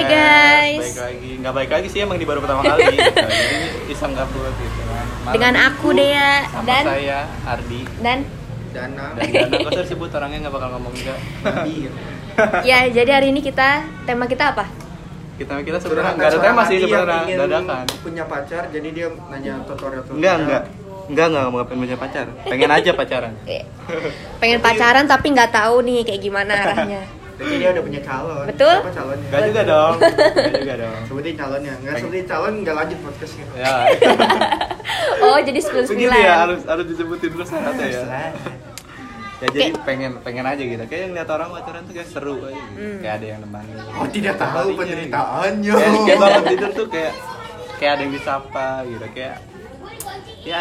Hai guys. Baik lagi, nggak baik lagi sih, emang di baru pertama kali. Jadi iseng gabut gitu kan. Dengan aku Dea sama dan saya Ardi dan Dana. dan Dana. Kok saya sebut orangnya nggak bakal ngomong juga. Iya. ya jadi hari ini tema kita apa? Kita sebenarnya nggak ada tema sih sebenarnya, dadakan. Punya pacar, jadi dia nanya tutorial. Enggak mau ngapain punya pacar. Pengen aja pacaran. Pengen pacaran tapi nggak tahu nih kayak gimana arahnya. Jadi dia udah punya calon. Betul? Siapa calonnya? Enggak juga dong. Enggak juga dong. Sebutin calonnya. Enggak sebutin calon, enggak lanjut podcastnya. Ya. Oh jadi 99. Begitu ya, harus disebutin dulu syaratnya ya. Ya jadi pengen aja gitu. Kayak ngeliat orang pacaran tuh kayak seru aja gitu. Kayak ada yang nemani. Oh, tidak tahu penderitaannya. Kayak bangun tidur tuh kayak ada yang disapa gitu. Kayak ya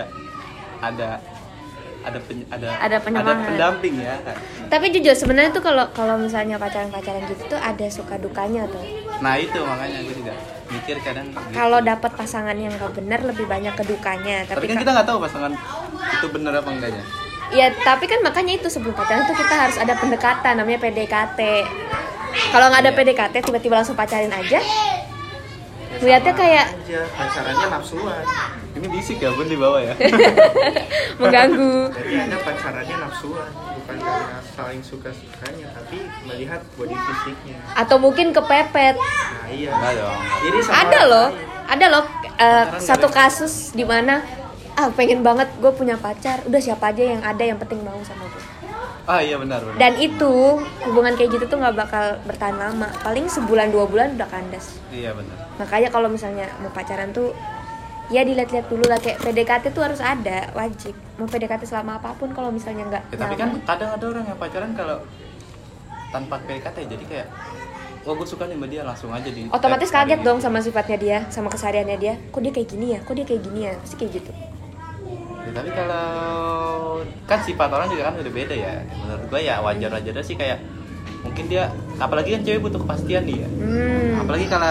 ada pendamping ya. Tapi jujur sebenarnya tuh kalau misalnya pacaran gitu tuh ada suka dukanya tuh. Nah itu makanya gue juga mikir kadang gitu. Kalau dapat pasangan yang nggak benar lebih banyak ke dukanya. Tapi kan kita nggak tahu pasangan itu benar apa enggaknya. Ya tapi kan makanya itu sebelum pacaran tuh kita harus ada pendekatan, namanya PDKT. Kalau nggak ada PDKT tiba-tiba langsung pacarin aja, lihatnya kayak aja, pacarannya nafsuan. Ini bisik ya bun di bawah ya. mengganggu. Jadi ada pacarannya nafsuan, bukan karena saling suka-sukanya, tapi melihat body fisiknya. Atau mungkin kepepet. Nah iya. Enggak dong. Jadi sama Ada loh satu kasus di mana pengen banget gue punya pacar, udah siapa aja yang ada yang penting mau sama gue. Ah iya benar. Dan itu hubungan kayak gitu tuh nggak bakal bertahan lama, paling sebulan 2 bulan udah kandas. Iya benar. Makanya kalau misalnya mau pacaran tuh ya dilihat-lihat dulu lah, kayak PDKT tuh harus ada, wajib. Mau PDKT selama apapun kalau misalnya nggak Ya, tapi kan kadang ada orang yang pacaran kalau tanpa PDKT jadi kayak gue suka nih sama dia, langsung aja di otomatis kaget dong sama sifatnya dia, sama kesehariannya dia. Kok dia kayak gini ya? Pasti kayak gitu. Ya, tapi kalau kan sifat orang juga kan udah beda ya. Menurut gue ya wajar-wajar sih, kayak mungkin dia, apalagi kan cewek butuh kepastian nih ya. Apalagi kalau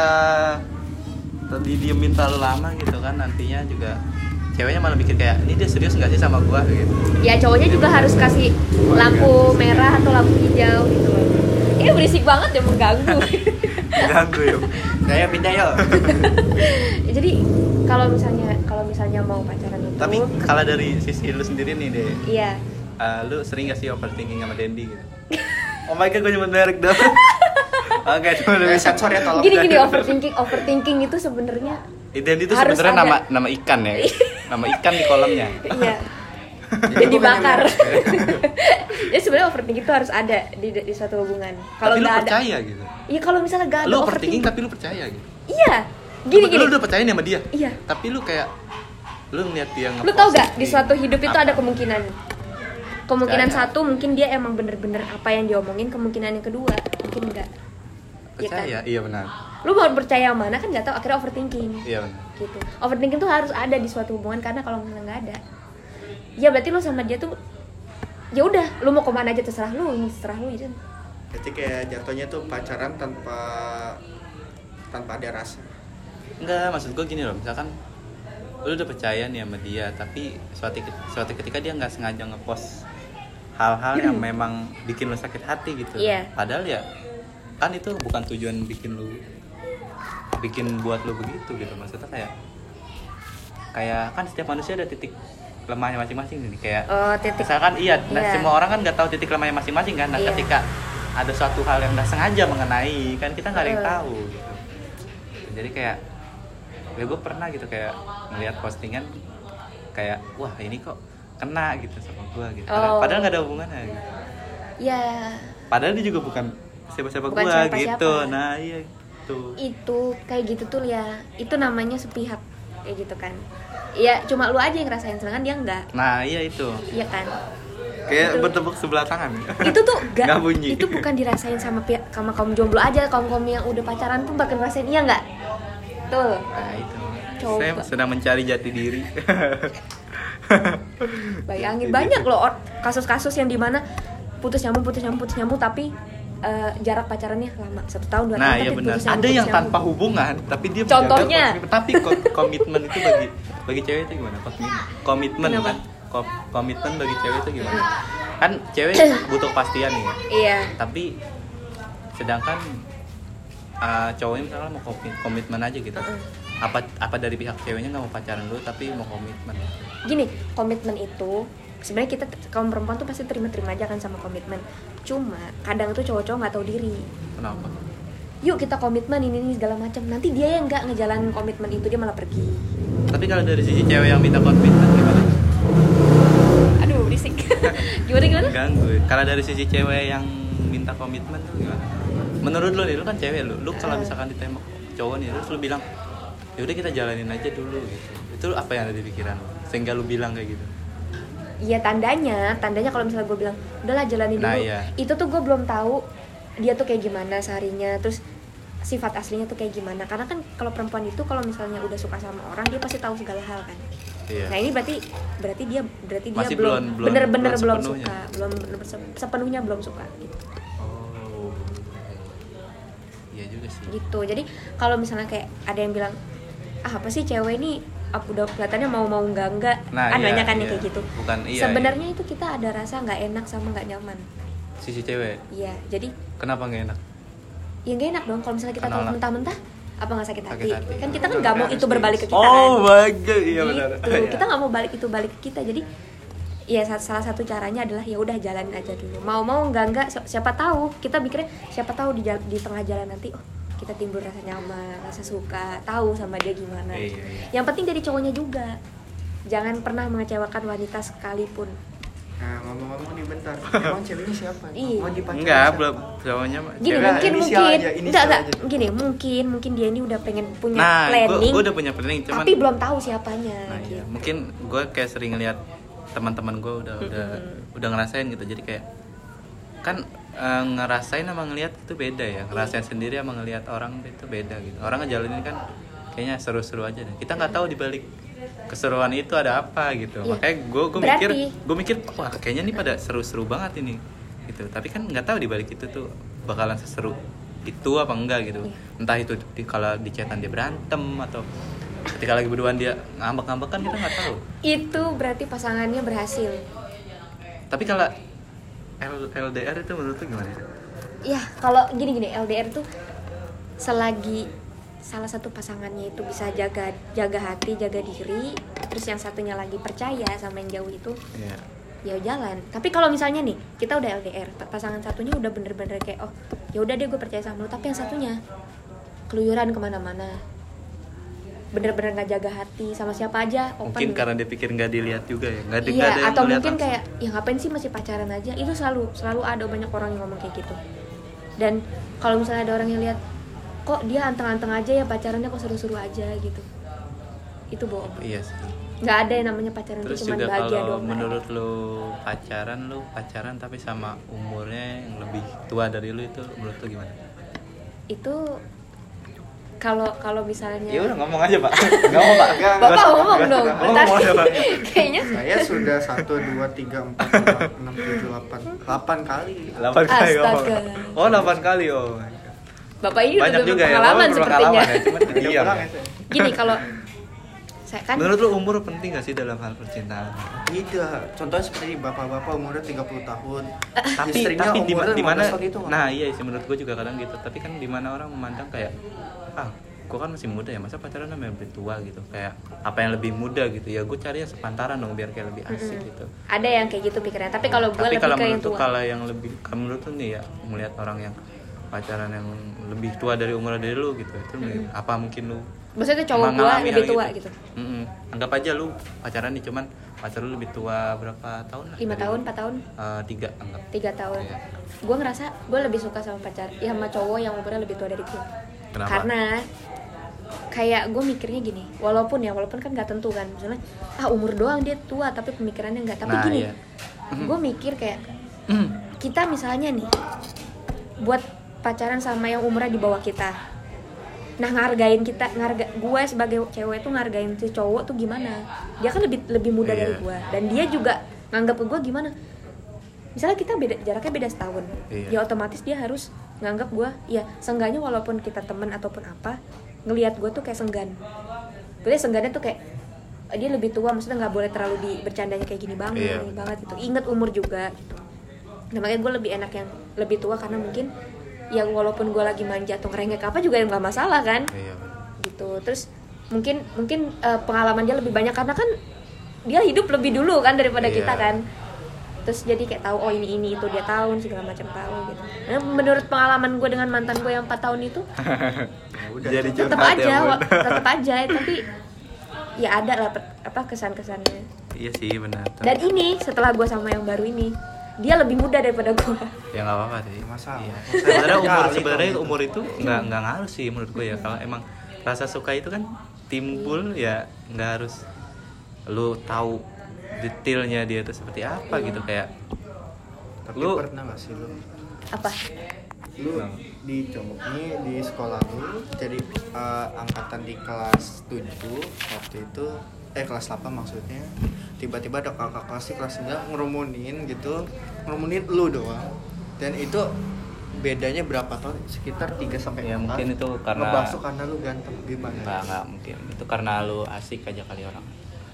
didiemin terlalu lama gitu kan, nantinya juga ceweknya malah mikir kayak ini dia serius nggak sih sama gua gitu. Ya cowoknya juga harus kasih lampu merah atau lampu hijau gitu loh. Ini berisik banget ya, mengganggu. Mengganggu ya. saya pindah ya. Jadi kalau misalnya mau pacaran itu. Tapi kalau dari sisi lu sendiri nih deh. Iya. Lu sering nggak sih overthinking sama Dendi gitu? Oh my god, gue nyebut merek dong. Oke, cuma lebih Sensor ya tolong. Gini overthinking itu sebenarnya Dendi itu harus sebenarnya ada. nama ikan ya. Nama ikan di kolamnya. Iya. Dan dibakar. Ya sebenarnya overthinking itu harus ada di suatu hubungan. Kalau tapi lu nggak ada, percaya gitu. iya kalau misalnya nggak ada Lu overthinking overthinking tapi lu percaya gitu. Iya. Gini. Lu udah percaya nih sama dia. Iya. Tapi lu kayak lu ngeliat dia Lu tau gak di suatu hidup itu ada kemungkinan Percaya. satu mungkin dia emang bener-bener apa yang diomongin, kemungkinan yang kedua mungkin enggak. Percaya, iya benar. Lu mau percaya yang mana kan nggak tahu, akhirnya overthinking. Iya benar. Gitu. Overthinking tuh harus ada di suatu hubungan, karena kalau misalnya nggak ada, ya berarti lu sama dia tuh ya udah, lu mau kemana aja terserah lu gitu. Jadi kayak jatuhnya tuh pacaran tanpa ada rasa. Enggak, maksud gue gini loh, misalkan lu udah percaya nih sama dia, tapi suatu ketika dia nggak sengaja ngepost hal-hal yang memang bikin lu sakit hati gitu. Iya. Padahal ya kan itu bukan tujuan bikin buat lu begitu gitu. Maksudnya kayak kan setiap manusia ada titik lemahnya masing-masing nih, kayak misalkan semua orang kan nggak tahu titik lemahnya masing-masing kan. Nah ketika ada suatu hal yang nggak sengaja mengenai, kan kita nggak ada yang tahu gitu. Jadi kayak ya gue pernah gitu kayak ngeliat postingan kayak wah ini kok kena gitu sama gue gitu. Padahal nggak ada hubungannya gitu. Ya. Padahal dia juga bukan siapa-siapa gue gitu. Nah iya gitu. Itu kayak gitu tuh ya, itu namanya sepihak kayak gitu kan. Ya cuma lu aja yang ngerasain, sedangkan dia enggak. Nah iya itu. Iya kan. Kayak itu, bertepuk sebelah tangan. Itu tuh nggak bunyi. Itu bukan dirasain sama kaum jomblo aja, kaum yang udah pacaran pun bakal ngerasain, iya nggak? Tuh. Nah itu. Coba. Saya sedang mencari jati diri. Bayangin banyak loh kasus-kasus yang dimana putus nyambung tapi jarak pacarannya lama, 1 tahun 2 tahun. Nah tapi iya benar. putus nyambung, Ada yang putus tanpa nyambung. hubungan tapi dia Contohnya. tapi komitmen itu bagi cewek itu gimana? Komitmen Kenapa? kan? Komitmen bagi cewek itu gimana? Kan cewek butuh kepastian nih ya. Iya. Tapi sedangkan cowoknya misalnya mau komitmen aja gitu. Apa dari pihak ceweknya nggak mau pacaran dulu tapi mau komitmen? Gini, komitmen itu sebenarnya kita kaum perempuan tuh pasti terima-terima aja kan sama komitmen. Cuma kadang tuh cowok-cowok nggak tahu diri. Kenapa? Yuk kita komitmen ini segala macam. Nanti dia yang nggak ngejalanin komitmen itu, dia malah pergi. Tapi kalau dari sisi cewek yang minta komitmen gimana? Aduh, berisik. Gimana? Ganggu. Kalau dari sisi cewek yang minta komitmen tuh gimana? Menurut lu nih, lu kan cewek lu kalau misalkan ditembak cowok nih, lu bilang ya udah kita jalanin aja dulu gitu. Itu apa yang ada di pikiran lu sehingga lu bilang kayak gitu? Iya, tandanya kalau misalnya gue bilang udahlah jalanin dulu. Iya. Itu tuh gue belum tahu dia tuh kayak gimana seharinya, terus sifat aslinya tuh kayak gimana. Karena kan kalau perempuan itu kalau misalnya udah suka sama orang, dia pasti tahu segala hal kan. Iya. Nah ini berarti dia masih belum bener-bener belum sepenuhnya. suka, belum sepenuhnya belum suka gitu. Oh, iya juga sih. Gitu. Jadi kalau misalnya kayak ada yang bilang apa sih cewek ini udah kelihatannya mau enggak nah, banyak kan iya. kayak gitu. Bukan, iya, sebenarnya itu kita ada rasa nggak enak sama nggak nyaman. Sisi cewek. Iya, jadi kenapa nggak enak? ya nggak enak dong kalau misalnya kita tahu mentah-mentah apa nggak sakit hati. Kan kita kan Itu nggak mau harus itu berbalik ke kita Oh kan. my god, iya benar. Gitu. Kita nggak mau balik ke kita. Jadi ya salah satu caranya adalah ya udah jalanin aja dulu. Mau enggak siapa tahu kita mikirnya siapa tahu di tengah jalan nanti kita timbul rasa nyaman, rasa suka, tahu sama dia gimana. Iya. Yang penting dari cowoknya juga. Jangan pernah mengecewakan wanita sekalipun. Nah, ngomong-ngomong nih bentar, emang ceweknya siapa? Iya. Mau dipacarin? Enggak, belum cowoknya. Gini inisial aja. mungkin dia ini udah pengen punya planning. Gue udah punya planning, cuman tapi belum tahu siapanya. Nah, gitu. iya. Mungkin gue kayak sering ngeliat teman-teman gue udah ngerasain gitu. Jadi kayak kan ngerasain sama ngeliat itu beda ya. Ngerasain sendiri sama ngeliat orang itu beda gitu. Orang ngejalanin kan kayaknya seru-seru aja deh. Kita nggak tahu dibalik keseruan itu ada apa gitu. Iya. Makanya gue mikir wah kayaknya nih pada seru-seru banget ini gitu. Tapi kan nggak tahu dibalik itu tuh bakalan seseru itu apa enggak gitu. Iya. Entah itu kalau di chatan dia berantem atau ketika lagi berduaan dia ngambek-ngambek kan kita nggak tahu. Itu berarti pasangannya berhasil. Tapi kalau LDR itu menurut lu gimana? Ya kalau gini LDR tuh selagi salah satu pasangannya itu bisa jaga hati, jaga diri, terus yang satunya lagi percaya sama yang jauh itu, ya jalan. Tapi kalau misalnya nih kita udah LDR, pasangan satunya udah bener-bener kayak ya udah deh gue percaya sama lu, tapi yang satunya keluyuran kemana-mana, bener-bener nggak jaga hati sama siapa aja, open. Mungkin karena dia pikir nggak dilihat juga ya, nggak ada iya, yang atau ngeliat mungkin langsung. kayak ya ngapain sih masih pacaran aja. Itu selalu ada banyak orang yang ngomong kayak gitu. Dan kalau misalnya ada orang yang lihat kok dia anteng-anteng aja ya pacarannya, kok seru-seru aja gitu, itu bohong. Iya sih. Nggak ada yang namanya pacaran itu Terus cuma juga bahagia kalau doang. menurut lu pacaran tapi sama umurnya yang lebih tua dari lu, itu menurut lu gimana? Itu kalau misalnya Ya udah ngomong aja Pak. Ngomong Pak. Bapak ngomong dong. Bentar. Ngomong aja, Pak. Kayaknya Saya sudah 1, 2, 3, 4, 5, 6, 7, 8 kali. 8 kali ngomong. Astaga. Oh 8 kali oh. Bapak ini Banyak udah juga ya. berpengalaman Oh, sepertinya. berpengalaman ya, cuman diam Kurang ya. ya, saya. Gini kalau saya kan Menurut lu umur penting gak sih dalam hal percintaan? Tidak. Contohnya seperti bapak-bapak umurnya 30 tahun. Tapi Istrinya umurnya di mana 15 tahun itu. nah iya sih menurut gue juga kadang gitu. Tapi kan di mana orang memandang kayak gue kan masih muda ya, masa pacaran sama yang lebih tua gitu, kayak apa yang lebih muda gitu ya, gue cari yang sepantaran dong biar kayak lebih asik gitu. ada yang kayak gitu pikirannya, tapi kalau gue lebih kalau ke yang menurut tua. kalau yang lebih, kalau menurut tuh nih ya, melihat orang yang pacaran yang lebih tua dari umur dari lu gitu, itu apa mungkin lu Maksudnya tuh cowok gue mengalami lebih hal tua gitu? gitu. Anggap aja lu pacaran nih, cuman pacar lu lebih tua berapa tahun lah? 5 tahun, 4 tahun, 3 anggap. 3 tahun. Iya. Gue ngerasa gue lebih suka sama pacar, ya sama cowok yang umurnya lebih tua dari gue. Kenapa? Karena kayak gue mikirnya gini, walaupun kan nggak tentu kan, misalnya umur doang dia tua tapi pemikirannya nggak. Tapi Nah, gini, iya. gue mikir kayak kita misalnya nih buat pacaran sama yang umurnya di bawah kita, nah gue sebagai cewek tuh ngargain si cowok tuh gimana? Dia kan lebih muda Iya. dari gue, dan dia juga nganggap ke gue gimana? Misalnya kita jaraknya beda setahun, Iya. ya otomatis dia harus nganggap gue, ya seenggaknya walaupun kita teman ataupun apa, ngelihat gue tuh kayak senggan. Gue senggannya tuh kayak dia lebih tua, maksudnya nggak boleh terlalu bercandanya kayak gini banget, Iya. gini banget gitu. Ingat umur juga gitu. Nah, makanya gue lebih enak yang lebih tua karena mungkin ya walaupun gue lagi manja atau ngerengek apa juga nggak masalah kan. Iya. Gitu. Terus mungkin pengalaman dia lebih banyak karena kan dia hidup lebih dulu kan daripada kita kan. Terus jadi kayak tahu oh ini itu dia tahu segala macam tahu gitu. Nah, menurut pengalaman gue dengan mantan gue yang 4 tahun itu jadi tetap aja tapi ya ada lah kesan-kesannya. Iya sih benar. Dan ini setelah gue sama yang baru ini dia lebih muda daripada gue. Ya nggak apa-apa sih. Masalah. Iya. Sebenarnya umur itu nggak ngaruh sih menurut gue ya. Kalau emang rasa suka itu kan timbul ya nggak harus lu tahu detailnya dia itu seperti apa gitu kayak. Tapi lu pernah nggak sih lu? Apa? Lu di cowok nih di sekolah lu jadi angkatan di kelas 7 waktu itu kelas 8 maksudnya, tiba-tiba ada kakak kelas di kelas 9 ngerumunin lu doang, dan itu bedanya berapa tahun? Sekitar 3-4 ya mungkin itu karena ngebahas karena lu ganteng gimana? Enggak mungkin itu karena lu asik aja kali orang.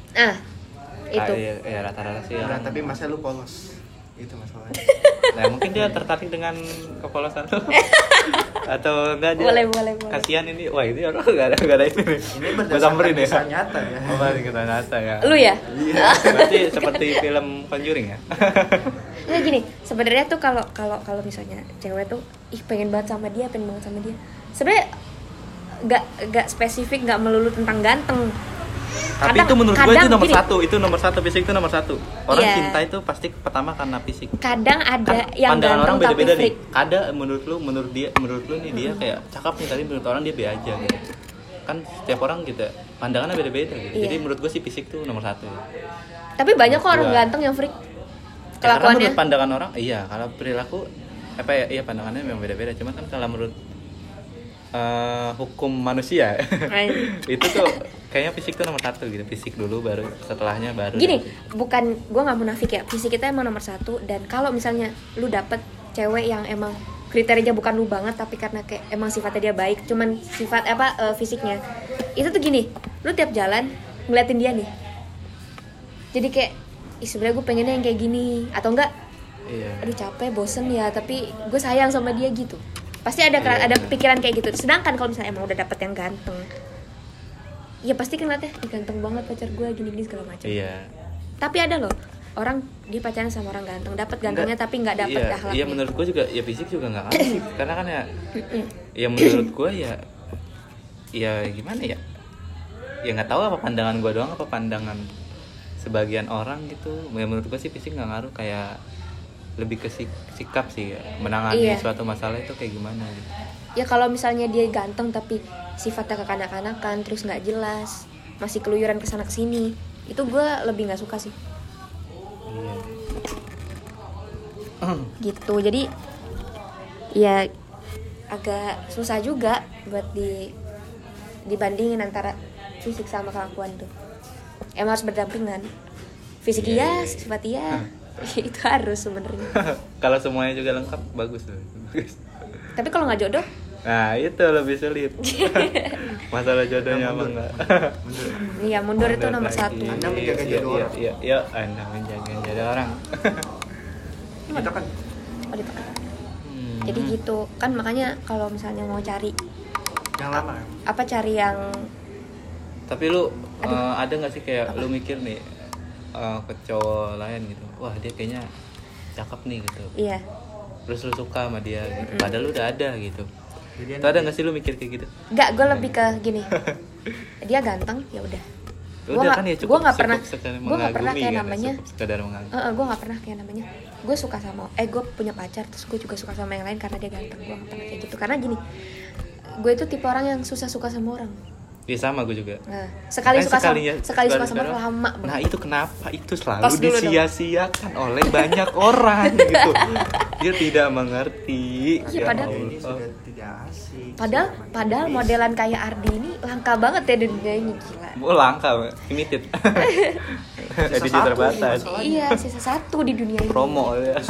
Itu ya rata-rata sih orang. Tapi masa lu polos, itu masalahnya. Nah mungkin dia tertarik dengan kepolosan lu atau enggak dia boleh kasihan ini, wah ini orang enggak ada itu nih. Ini berdasarkan kisah nyata ya. Kisah nyata ya. Lu ya? Iya. Berarti seperti film Conjuring ya. Ya gini, sebenarnya tuh kalau misalnya cewek tuh pengen banget sama dia. Sebenarnya enggak spesifik, enggak melulu tentang ganteng. Tapi itu menurut gue itu nomor satu, fisik itu nomor satu. Orang cinta itu pasti pertama karena fisik. Kadang ada yang pandangan ganteng orang beda-beda tapi freak. Nih. Ada menurut lu nih dia kayak cakep nih, tapi menurut orang dia be aja gitu. Kan setiap orang gitu, pandangannya beda-beda gitu. Jadi menurut gue sih fisik tuh nomor satu. Tapi banyak kok orang ganteng yang freak. Kelakuannya. Karena menurut pandangan orang, iya kalau perilaku pandangannya memang beda-beda. Cuman kan kalau menurut hukum manusia itu tuh kayaknya fisik tuh nomor satu gitu. Fisik dulu baru setelahnya baru gini bukan gue nggak munafik ya, fisik kita emang nomor satu. Dan kalau misalnya lu dapet cewek yang emang kriterianya bukan lu banget tapi karena kayak emang sifatnya dia baik, cuman sifat fisiknya itu tuh gini, lu tiap jalan ngeliatin dia nih jadi kayak sebenarnya gue pengennya yang kayak gini, atau enggak aduh capek bosen ya tapi gue sayang sama dia gitu. Pasti ada pikiran kayak gitu. Sedangkan kalau misalnya emang udah dapet yang ganteng, ya pasti kan ngeliatnya ganteng banget pacar gue gini-gini segala macam. Iya. Tapi ada loh orang dia pacaran sama orang ganteng, dapet gantengnya tapi nggak dapet akhlaknya. Iya menurut gue juga ya fisik juga nggak ngaruh sih. Karena kan ya menurut gue ya gimana ya nggak tahu apa pandangan gue doang apa pandangan sebagian orang gitu. Ya menurut gue sih fisik nggak ngaruh, kayak lebih ke sikap sih ya, menangani suatu masalah itu kayak gimana gitu. Ya kalau misalnya dia ganteng tapi sifatnya kekanak-kanakan terus nggak jelas, masih keluyuran kesana kesini, itu gue lebih nggak suka sih. Gitu. Jadi ya agak susah juga buat dibandingin antara fisik sama kelakuan tuh. Emang harus berdampingan. Fisik iya, sifat iya. Itu harus sebenarnya. Kalau semuanya juga lengkap bagus tuh. Tapi kalau nggak jodoh, nah itu lebih sulit. Masalah jodohnya apa enggak? Iya mundur itu nomor satu. Anda menjaga jodoh orang. Iya, Anda menjaga jodoh orang. Kita kan. Jadi gitu kan, makanya kalau misalnya mau cari yang lama. Cari yang. Tapi lu ada nggak sih kayak lu mikir nih ke cowok lain gitu, wah dia kayaknya cakep nih gitu. Iya. Terus lu suka sama dia gitu. Padahal lu udah ada gitu. Itu ada nggak sih lu mikir kayak gitu? Nggak, gue lebih ke gini. Dia ganteng, ya udah. Gue nggak pernah kayak namanya. Gue nggak pernah kayak namanya. Gue suka sama, gue punya pacar, terus gue juga suka sama yang lain karena dia ganteng. Gue nggak pernah kayak gitu. Karena gini, gue itu tipe orang yang susah suka sama orang. Iya sama gue juga. Nah, sekali suka sama lama. Nah itu kenapa itu selalu disia-siakan oleh banyak orang gitu. Dia tidak mengerti. Iya, padahal ini sudah tidak asik. Padahal modelan kayak Ardi ini langka banget ya di dunia ini, gila. Langka, limited. Edisi terbatas. Iya, sisa satu di dunia ini. Promo ya.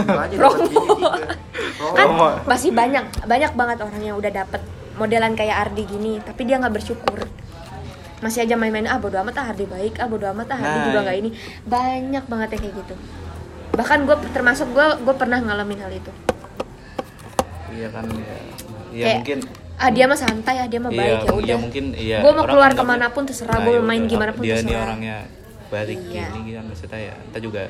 Kan masih banyak banget orang yang udah dapet modelan kayak Ardi gini, tapi dia nggak bersyukur. Masih aja main-main, bodo amat Ardi baik, bodo amat Ardi juga nggak ini. Banyak banget yang kayak gitu. Bahkan gue termasuk gue pernah ngalamin hal itu. Iya kan ya. Ya kayak, mungkin dia mah santai dia mah baik ya udah. Iya mungkin iya. Gue mau keluar kemana pun terserah, gue mau main gimana pun dia terserah. Dia nih orangnya balik gini kan maksudnya ya. Kita juga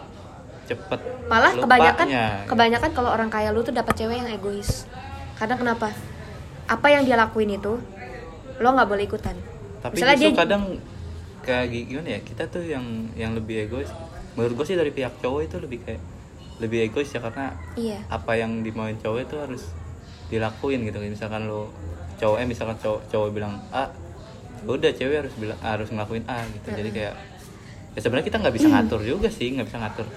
cepet. Malah lupanya, kebanyakan kalau orang kaya lu tuh dapat cewek yang egois. Karena kenapa? Apa yang dia lakuin itu lo nggak boleh ikutan. Tapi misalnya justru dia kadang kayak gimana ya, kita tuh yang lebih egois. Menurut gue sih dari pihak cowok itu lebih egois ya, karena apa yang dimauin cowok itu harus dilakuin gitu. Misalkan lo cowoknya, misalkan cowok bilang A, udah cewek harus ngelakuin A gitu. Jadi kayak ya sebenarnya kita nggak bisa ngatur juga sih, nggak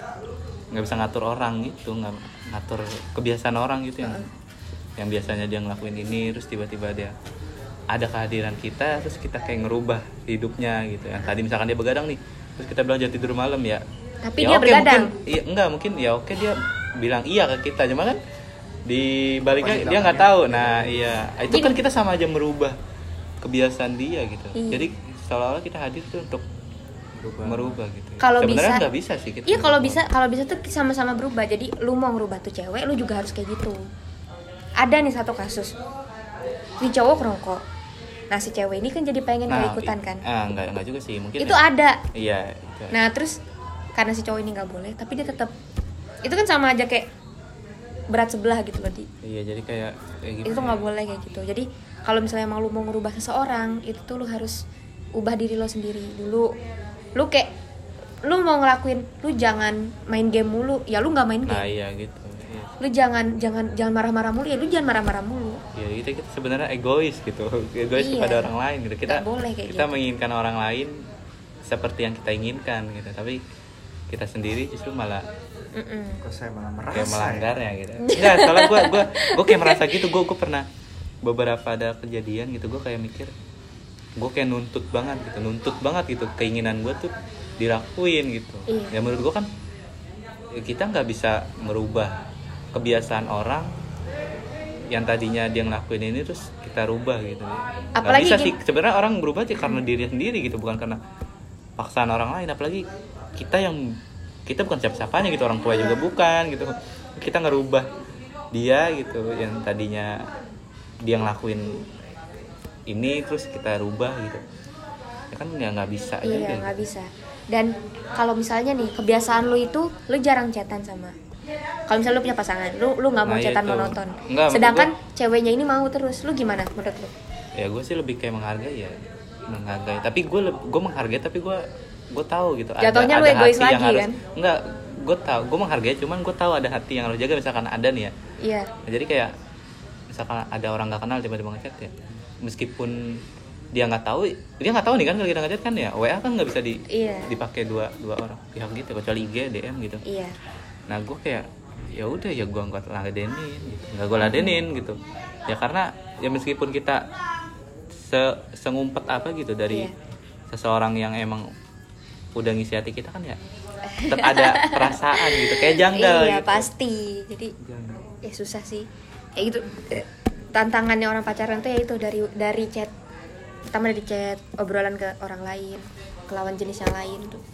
bisa ngatur orang gitu, nggak ngatur kebiasaan orang gitu yang biasanya dia ngelakuin ini terus tiba-tiba dia ada kehadiran kita terus kita kayak ngerubah hidupnya gitu. Yang tadi misalkan dia begadang nih terus kita bilang jangan tidur malam ya, tapi ya dia begadang mungkin ya oke dia bilang iya ke kita, cuma kan di baliknya dia nggak tahu. Nah iya itu kan kita sama aja merubah kebiasaan dia gitu. Jadi seolah-olah kita hadir tuh untuk merubah gitu. Kalau sebenarnya bisa nggak bisa sih kita. Iya kalau bisa tuh sama-sama berubah. Jadi lu mau ngerubah tuh cewek, lu juga harus kayak gitu. Ada nih satu kasus, si cowok ngerokok, nah si cewek ini kan jadi pengen ikutan kan? Enggak juga sih, mungkin itu ada. Iya. Nah terus karena si cowok ini nggak boleh, tapi dia tetap, itu kan sama aja kayak berat sebelah gitu loh di. Iya jadi kayak gitu. Itu nggak boleh kayak gitu. Jadi kalau misalnya emang lu mau ngerubah seseorang, itu tuh lu harus ubah diri lo sendiri dulu. Lu kayak lu mau ngelakuin, lu jangan main game mulu, ya lu nggak main game. Nah iya gitu. Iya. Lu jangan marah-marah mulu, ya lu jangan marah-marah mulu. Ya kita sebenarnya egois gitu, egois kepada orang lain gitu. Kita gitu. Menginginkan orang lain seperti yang kita inginkan gitu, tapi kita sendiri justru malah kok saya malah merasa kayak melanggar ya gitu. Enggak, soalnya gue kayak merasa gitu. Gue pernah beberapa ada kejadian gitu, gue kayak mikir gue kayak nuntut banget gitu keinginan gue tuh dilakuin gitu. Ya menurut gue kan kita nggak bisa merubah kebiasaan orang yang tadinya dia ngelakuin ini terus kita rubah gitu. Apalagi nggak bisa sih sebenarnya orang berubah sih karena diri sendiri gitu, bukan karena paksaan orang lain. Apalagi kita bukan siapa-siapanya gitu, orang tua juga bukan gitu. Kita ngerubah dia gitu yang tadinya dia ngelakuin ini terus kita rubah gitu. Ya kan nggak bisa. Iya nggak bisa. Dan kalau misalnya nih kebiasaan lu itu lu jarang chatan sama. Kalau misalnya lu punya pasangan, lu nggak mau chatan monoton. Sedangkan ceweknya ini mau terus, lu gimana menurut lu? Ya gue sih lebih kayak menghargai. Tapi gue menghargai, tapi gue tahu gitu. Jatuhnya lu egois lagi kan? Enggak, gue tahu, gue menghargai, cuman gue tahu ada hati yang harus jaga. Misalkan ada nih ya. Iya. Nah, jadi kayak misalkan ada orang nggak kenal tiba-tiba ngechat ya, meskipun dia nggak tahu nih kan kalau kita ngechat kan ya WA kan nggak bisa dipakai dua orang pihak gitu, kecuali IG DM gitu. Iya. Nah gue kayak ya udah ya gue nggak ladenin gitu ya, karena ya meskipun kita sengumpet apa gitu dari seseorang yang emang udah ngisi hati kita kan ya tetap ada perasaan gitu kayak janggal. Iya gitu. Pasti. Jadi ya susah sih ya gitu. Tantangannya orang pacaran tuh ya itu dari chat, pertama dari chat, obrolan ke orang lain, ke lawan jenis yang lain tuh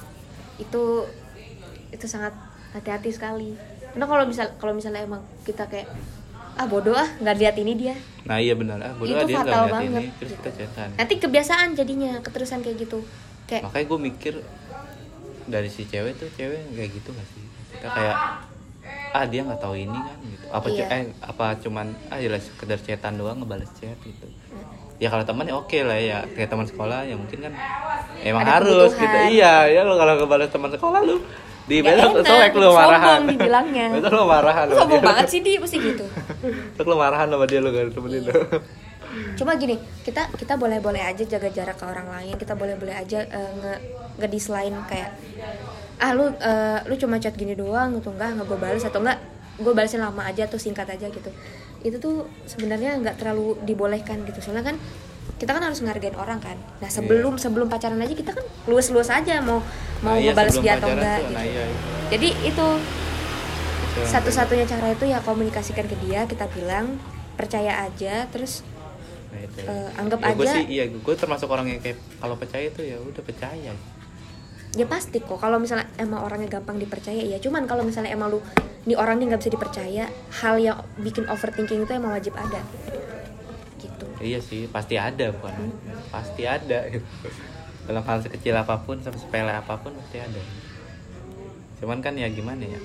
itu sangat hati-hati sekali. Karena kalau misalnya emang kita kayak bodoh nggak lihat ini dia. Nah iya benar, bodoh itu dia fatal nggak lihat banget ini terus kita chatan. Nanti kebiasaan jadinya keterusan kayak gitu. Kayak makanya gue mikir dari si cewek kayak gitu nggak sih? Kita kayak dia nggak tahu ini kan gitu. Apa cuman jelas sekedar chatan doang ngebales chat gitu. Ya kalau teman ya oke lah ya, kayak teman sekolah ya mungkin kan emang ada harus kebutuhan. Gitu. Iya ya, lo kalau ngebales teman sekolah lu di besok soalnya lu marahan. Sombong dibilangnya. Besok lu marahan. Sombong banget sih dia pasti gitu. Besok lu marahan sama dia, lu gak temenin lu. Cuma gini, kita boleh-boleh aja jaga jarak ke orang lain, kita boleh-boleh aja nge-dislike kayak lu cuma chat gini doang gitu, enggak gue balas, atau enggak gue balesin lama aja atau singkat aja gitu. Itu tuh sebenarnya nggak terlalu dibolehkan gitu, soalnya kan kita kan harus ngehargain orang kan. Nah sebelum pacaran aja kita kan luas-luas aja mau ngebales dia atau enggak gitu. Jadi itu satu-satunya cara itu ya komunikasikan ke dia, kita bilang percaya aja, terus anggap ya, aja. Gue termasuk orang yang kayak kalau percaya itu ya udah percaya. Ya pasti kok, kalau misalnya emang orangnya gampang dipercaya ya. Cuman kalau misalnya emang lu nih orangnya nggak bisa dipercaya, hal yang bikin overthinking itu emang wajib ada gitu. Iya sih, pasti ada bukan? Pasti ada dalam hal sekecil apapun, sepele apapun pasti ada. Cuman kan ya gimana ya,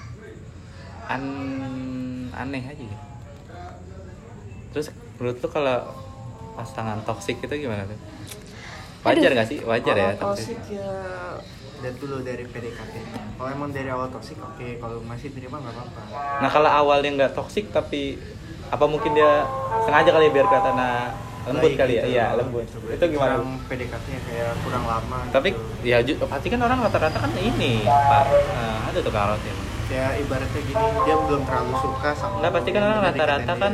aneh aja gitu. Terus menurut lu kalau pasangan toksik itu gimana tuh? Wajar nggak sih? Wajar ya toksik ya. Dan dulu dari PDKT-nya. Kalau emang dari awal toksik oke, kalau masih terima nggak apa-apa. Nah kalau awalnya nggak toksik tapi apa mungkin dia sengaja kali ya biar kelihatan lembut kali ya? Iya lembut. Itu gimana? Kurang PDKT-nya kayak kurang lama. Tapi gitu. Ya pasti kan orang rata-rata kan ini Pak, ada tuh kalau tim. Ya ibaratnya gini, dia belum terlalu suka sama. Nggak, pasti kan orang rata-rata kan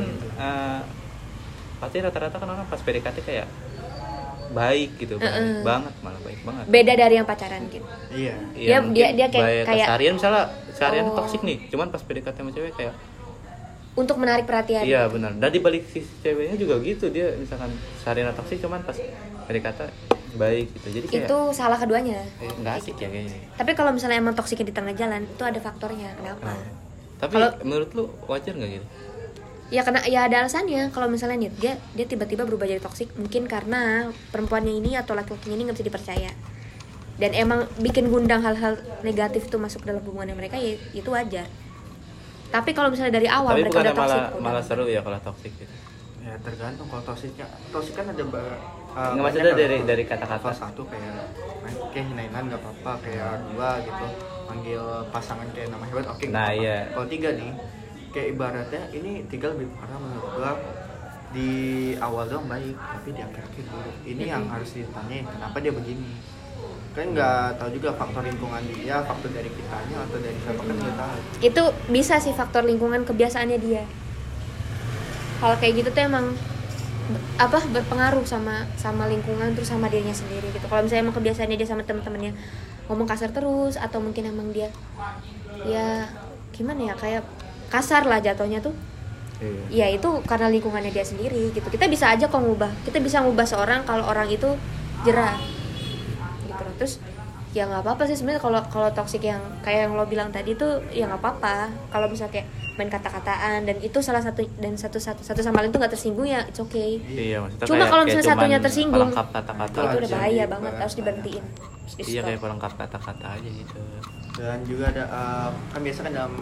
pasti rata-rata kan orang pas PDKT kayak baik gitu, baik banget, malah baik banget. Beda dari yang pacaran gitu. Iya. Dia kayak seharian misalnya seharian toksik nih, cuman pas PDKT sama cewek kayak untuk menarik perhatian. Iya benar. Dan di balik sisi ceweknya juga gitu, dia misalkan seharian toksik cuman pas PDKT baik gitu. Jadi kayak itu salah keduanya. Nggak asik ya kayaknya. Tapi kalau misalnya emang toksiknya di tengah jalan, itu ada faktornya kenapa. Tapi menurut lu wajar nggak gitu? Ya karena ya ada alasannya. Kalau misalnya nih dia tiba-tiba berubah jadi toksik, mungkin karena perempuannya ini atau laki-lakinya ini nggak bisa dipercaya dan emang bikin gundang hal-hal negatif itu masuk dalam hubungannya mereka, ya itu wajar. Tapi kalau misalnya dari awal tapi mereka udah toksik, malah seru ya kalau toksik gitu. Ya tergantung. Kalau toksik kan ada nggak maksudnya dari kata-kata. Satu kayak hina-hinaan nggak apa-apa, kayak dua gitu manggil pasangan kayak nama hebat oke. Nah iya. Kalau tiga nih kayak ibaratnya ini tiga lebih parah menurut gua. Di awal doang baik tapi di akhir-akhir buruk. Ini yang harus ditanyain kenapa dia begini. Kan nggak tahu juga faktor lingkungan dia, faktor dari kitanya atau dari siapa kan nggak tahu. Itu bisa sih faktor lingkungan, kebiasaannya dia. Kalau kayak gitu tuh emang berpengaruh sama lingkungan terus sama dirinya sendiri gitu. Kalau misalnya emang kebiasaannya dia sama teman-temannya ngomong kasar terus, atau mungkin emang dia ya gimana ya, kayak kasar lah jatuhnya tuh. Ya itu karena lingkungannya dia sendiri gitu. Kita bisa aja kok kita bisa ngubah seorang kalau orang itu jerah gitu loh. Terus ya nggak apa-apa sih sebenarnya kalau toksik yang kayak yang lo bilang tadi tuh ya nggak apa-apa. Kalau misalnya kayak main kata-kataan dan itu salah satu dan satu sama lain tuh nggak tersinggung, ya it's okay. Iya, maksudnya cuma kalau misalnya satunya tersinggung kata-kata itu udah bahaya banget, harus diberhentiin. Iya kayak pelengkap kata-kata aja gitu. Dan juga ada kan biasa kan dalam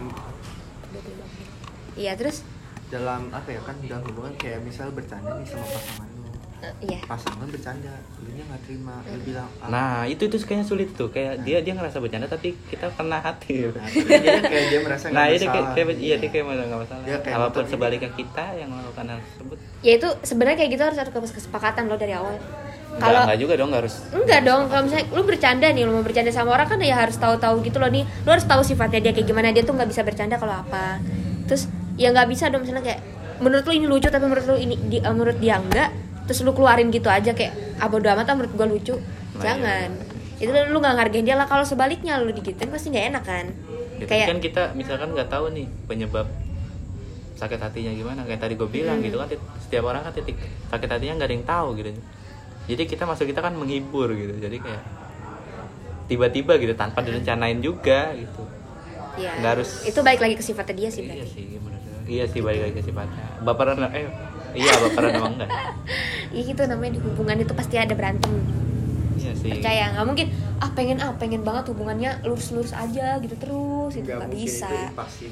terus dalam apa ya, kan dalam hubungan kayak misal bercanda nih sama pasangan lu. Pasangan bercanda, lu nya nggak terima, lu bilang nah itu kayaknya sulit tuh, kayak dia ngerasa bercanda tapi kita kena hati. Dia merasa nggak masalah. Dia kayak nggak masalah. Apapun sebaliknya kita yang melakukan hal tersebut. Ya itu sebenarnya kayak gitu harus ada kesepakatan lo dari awal. Kalau enggak juga dong, enggak dong. Kalau misalnya lu bercanda nih, lu mau bercanda sama orang kan ya harus tahu gitu loh nih. Lu harus tahu sifatnya dia kayak gimana. Dia tuh nggak bisa bercanda kalau apa. Terus ya nggak bisa dong misalnya kayak menurut lu ini lucu tapi menurut lu ini menurut dia enggak. Terus lu keluarin gitu aja kayak bodo amat menurut gua lucu. Jangan. Itu lu nggak ngargain dia lah. Kalau sebaliknya lu digituin pasti nggak enak kan. Ya, kayak kan kita misalkan nggak tahu nih penyebab sakit hatinya gimana. Kayak tadi gue bilang gitu kan, setiap orang kan titik sakit hatinya nggak ada yang tahu gitu. Jadi kita kan menghibur gitu. Jadi kayak tiba-tiba gitu tanpa direncanain juga gitu. Iya. Nggak harus. Itu balik lagi ke sifatnya dia sih berarti. Iya sih, benar. Iya sih balik lagi ke sifatnya. Baperan emang enggak. Iya gitu, namanya di hubungan itu pasti ada berantem. Iya sih. Percaya, nggak mungkin pengen banget hubungannya lurus-lurus aja gitu terus, itu nggak bisa.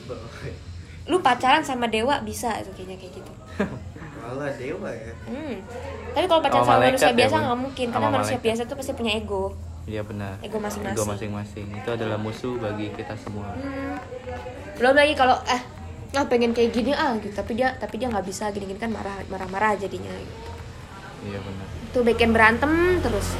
Lu pacaran sama dewa bisa itu kayaknya kayak gitu. Malah dewa ya. Tapi kalau pacaran sama manusia ya, biasa nggak mungkin, karena manusia biasa tuh pasti punya ego. Iya benar. Ego masing-masing. Itu adalah musuh bagi kita semua. Belum lagi kalau pengen kayak gini gitu, tapi dia nggak bisa gini-gini kan marah jadinya. Iya benar. Itu bikin berantem terus.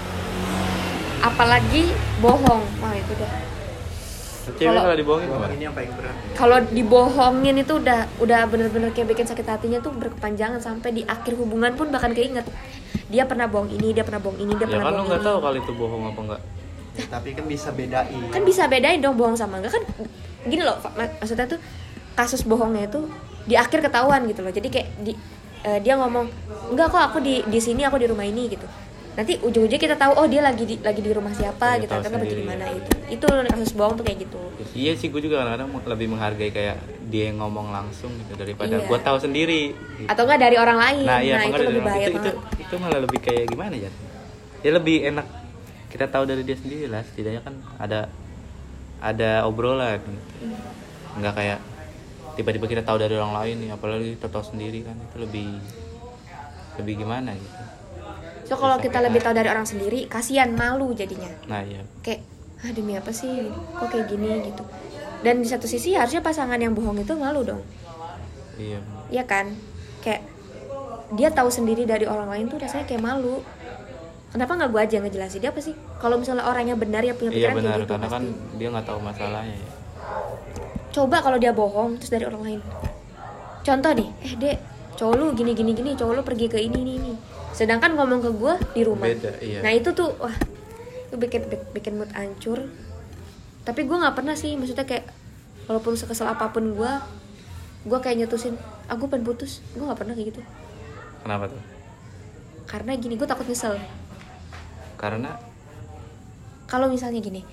Apalagi bohong, wah itu dah. Cewek kalau dibohongin gimana? Ini yang paling berat. Kalau dibohongin itu udah bener-bener kayak bikin sakit hatinya tuh berkepanjangan sampai di akhir hubungan pun bahkan keinget. Dia pernah bohong ini, dia pernah bohong ini. Ya kan lu nggak tahu kalau itu bohong apa enggak. Tapi kan bisa bedain. Kan bisa bedain dong bohong sama enggak kan. Gini loh, maksudnya tuh kasus bohongnya itu di akhir ketahuan gitu loh. Jadi kayak dia ngomong, "Enggak kok, aku di sini, aku di rumah ini" gitu. nanti ujung-ujungnya kita tahu oh dia lagi di rumah siapa gitu atau lagi di mana itu kasus bohong tuh kayak gitu. Iya sih, gue juga kadang-kadang lebih menghargai kayak dia yang ngomong langsung gitu daripada gue tahu sendiri gitu. Atau enggak dari orang lain. Nah itu lebih bahaya banget. Itu malah lebih kayak gimana ya, ya lebih enak kita tahu dari dia sendiri lah, setidaknya kan ada obrolan gitu. Nggak kayak tiba-tiba kita tahu dari orang lain nih, apalagi kita tahu sendiri kan, itu lebih gimana gitu. So kalau kita lebih tahu dari orang sendiri, kasihan, malu jadinya. Nah iya. Kayak demi apa sih kok kayak gini gitu. Dan di satu sisi harusnya pasangan yang bohong itu malu dong. Iya. Iya kan? Kayak dia tahu sendiri dari orang lain tuh rasanya kayak malu. Kenapa nggak gue aja ngejelasin dia apa sih? Kalau misalnya orangnya benar ya punya pikiran kayak gitu. Karena kan dia nggak tahu masalahnya ya. Coba kalau dia bohong terus dari orang lain. Contoh nih, Dek, cowok lu gini, cowok lu pergi ke ini. Sedangkan ngomong ke gue di rumah. Beda, iya. Nah itu tuh, wah, itu bikin mood hancur. Tapi gue nggak pernah sih, maksudnya kayak walaupun sekesel apapun gue kayak nyetusin, aku pengen putus. Gue nggak pernah kayak gitu. Kenapa tuh? Karena gini, gue takut nyesel. Karena kalau misalnya gini,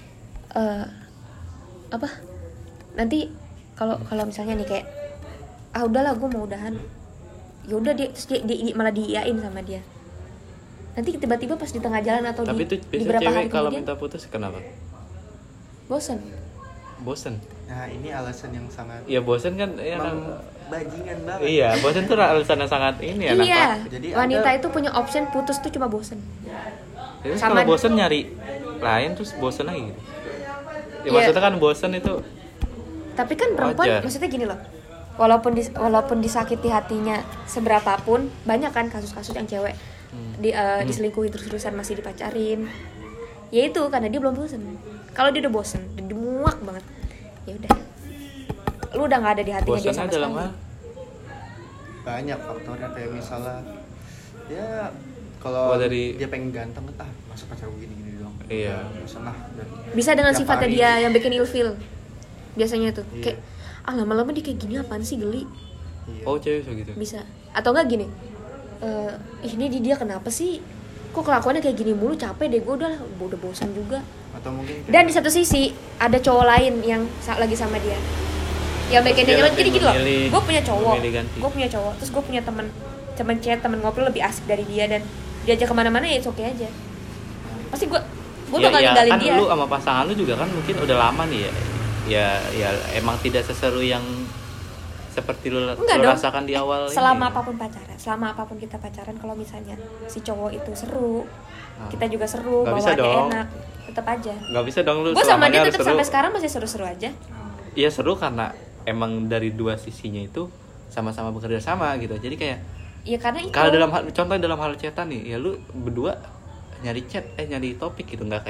nanti kalau misalnya nih kayak, udahlah gue mau udahan. Ya udah dia malah diiyain sama dia. Nanti tiba-tiba pas di tengah jalan atau tapi di cewek beberapa hari kalau kemudian minta putus kenapa? bosan. Nah ini alasan yang sangat Bosan kan ya, bajingan banget. Iya, bosan tuh alasan yang sangat ini ya. Iya. Jadi wanita itu punya option putus tuh cuma bosan. Terus kalau bosan nyari lain terus bosan lagi gitu. Maksudnya kan bosan itu. Tapi kan perempuan maksudnya gini loh. Walaupun disakiti hatinya seberapapun, banyak kan kasus-kasus yang cewek diselingkuhi terus-terusan masih dipacarin. Ya itu karena dia belum bosan. Kalau dia udah bosan, dia muak banget. Ya udah. Lu udah enggak ada di hatinya dia sama sekali. Banyak faktornya kayak misalnya ya kalau dia pengen ganteng masa pacar gue gini doang. Iya. Bisa dengan sifatnya dia yang bikin ilfil. Biasanya tuh kayak lama-lama dia kayak gini apaan sih, geli. Oh cewek gitu. Bisa. Atau enggak gini, ini dia kenapa sih kok kelakuannya kayak gini mulu, capek deh gue, udah bosan juga. Atau mungkin dan di satu sisi ada cowok lain yang lagi sama dia yang bikin dia nyaman. Jadi gitu loh, gue punya cowok terus gue punya temen chat, temen ngobrol lebih asik dari dia, dan diajak kemana-mana ya oke aja. Pasti gue bakal ninggalin dia. Kan lu sama pasangan lu juga kan mungkin udah lama nih ya emang tidak seseru yang seperti lu rasakan di awal. Selama apapun kita pacaran, kalau misalnya si cowok itu seru, kita juga seru, bawaannya enak, tetap aja. Gak bisa dong lu. Gue sama dia tetap sampai sekarang masih seru-seru aja. Iya seru karena emang dari dua sisinya itu sama-sama bekerja sama gitu. Jadi kayak karena itu. Kalau dalam hal chatan nih, ya lu berdua nyari topik gitu, nggak